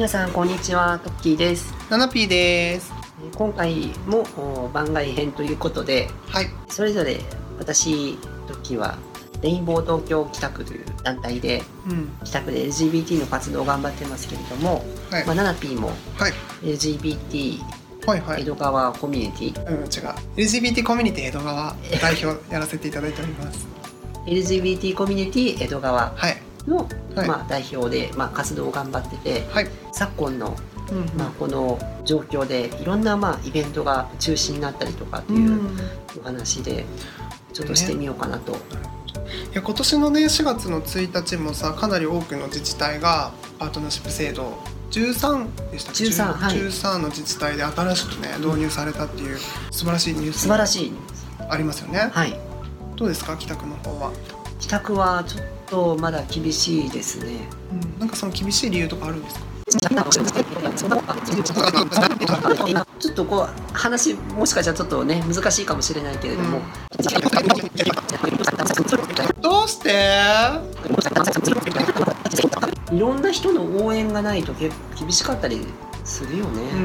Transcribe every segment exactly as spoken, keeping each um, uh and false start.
皆さんこんにちは、トッキーです。 ナナピーです。 今回も番外編ということで、 はい、 それぞれ私トッキーはレインボー東京北区という団体で、うん、北区で エルジービーティー の活動を頑張ってますけれども、はい、まあ、ナナピーも エルジービーティー、はいはい、江戸川コミュニティ、 うん、違う エルジービーティー コミュニティ江戸川代表やらせていただいておりますエルジービーティー コミュニティ江戸川の、はい、まあ、代表で、まあ、活動を頑張ってて、はい、昨今の、うんうん、まあ、この状況でいろんな、まあ、イベントが中止になったりとかっていうお話でちょっとしてみようかなと、ね、 いや今年のねしがつのついたちもさ、かなり多くの自治体がパートナーシップ制度じゅうさんでしたっけ、 じゅうさん、はい、 じゅうさんの自治体で新しくね導入されたっていう素晴らしいニュース素晴らしいありますよね。 はい、 どうですか北区の方は。 北区はちょっとまだ厳しいですね、 うん、なんかその厳しい理由とかあるんですか。 ちょっとこう話もしかしたらちょっとね難しいかもしれないけれども、うん、 どうしていろんな人の応援がないと結構厳しかったりするよね、 うん、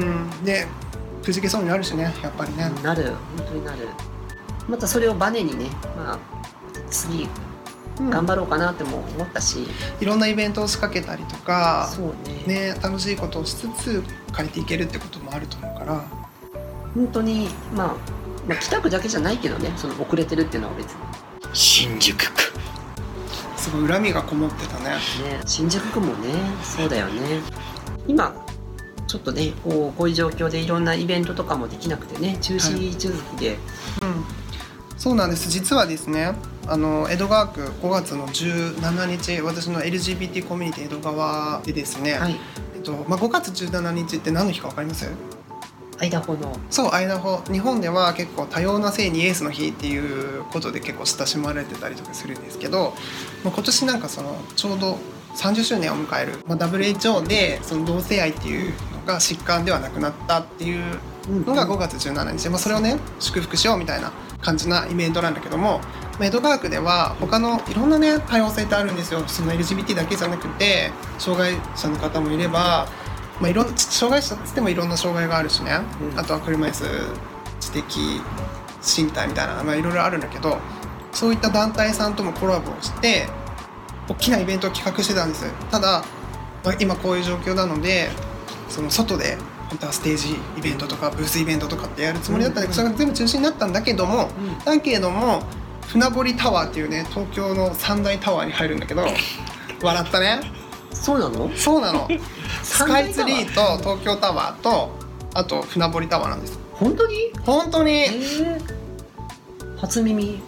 でくじけそうになるしね、やっぱりね。 なる、本当になる。またそれをバネにね、まあ、次頑張ろうかなっても思ったし、 いろんなイベントを仕掛けたりとか、 そうね、 ね、楽しいことをしつつ変えていけるってこともあると思うから、 本当に、まあ、まあ北区だけじゃないけどね、その遅れてるっていうのは別に新宿区すごい恨みがこもってた ね, ね新宿区もね、そうだよね。今ちょっとねこう、こういう状況でいろんなイベントとかもできなくてね、中止続きで、はい、 うん、そうなんです。実はですね、あの江戸川区ごがつのじゅうしちにち、私の エルジービーティー コミュニティ江戸川でですね、はい、えっとまあ、ごがつじゅうしちにちって何の日か分かります？ アイダホの。 そう、アイダホ。日本では結構多様な性にイエスの日っていうことで結構親しまれてたりとかするんですけど、まあ、今年なんかそのちょうどさんじゅっしゅうねんを迎える、まあ、ダブリューエイチオー でその同性愛っていうのが疾患ではなくなったっていうのがごがつじゅうしちにちで、まあ、それをね祝福しようみたいな感じなイベントなんだけども、江戸川区では他のいろんなね多様性ってあるんですよ。その エルジービーティー だけじゃなくて障害者の方もいれば、まあ、いろんな障害者って言ってもいろんな障害があるしね、うん、あとは車椅子知的身体みたいな、まあ、いろいろあるんだけど、そういった団体さんともコラボをして大きなイベントを企画してたんです。ただ、まあ、今こういう状況なのでその外で本当はステージイベントとかブースイベントとかってやるつもりだったんだけど、それが全部中止になったんだけども、うん、だけれども船堀タワーっていうね東京の三大タワーに入るんだけど笑ったね。 そうなの？ そうなのスカイツリーと東京タワーとあと船堀タワーなんです。 本当に？ 本当に、えー、初耳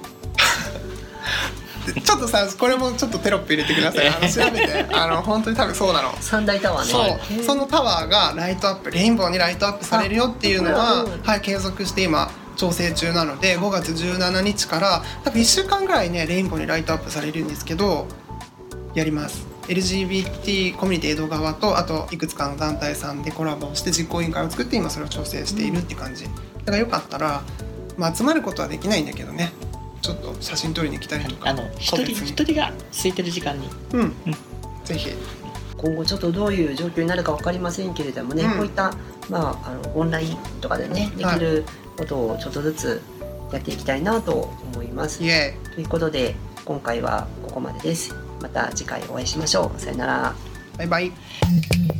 ちょっとさ、これもちょっとテロップ入れてください。あの調べてあの本当に多分そうなの。 三大タワーね。そう、そのタワーがライトアップ、レインボーにライトアップされるよっていうのは、はい、継続して今調整中なので、ごがつじゅうしちにちから多分いっしゅうかんぐらいねレインボーにライトアップされるんですけど、やります。 エルジービーティー コミュニティ江戸川とあといくつかの団体さんでコラボして実行委員会を作って今それを調整しているって感じだからよかったら、まあ、集まることはできないんだけどね、ちょっと写真撮りに来たりとか、 あの一人一人が空いてる時間に、 うん、うん、ぜひ今後ちょっとどういう状況になるか分かりませんけれどもね、うん、こういった、まあ、あのオンラインとかでねできることをちょっとずつやっていきたいなと思います、 はい、 ということで今回はここまでです。また次回お会いしましょう。さよなら。 バイバイ。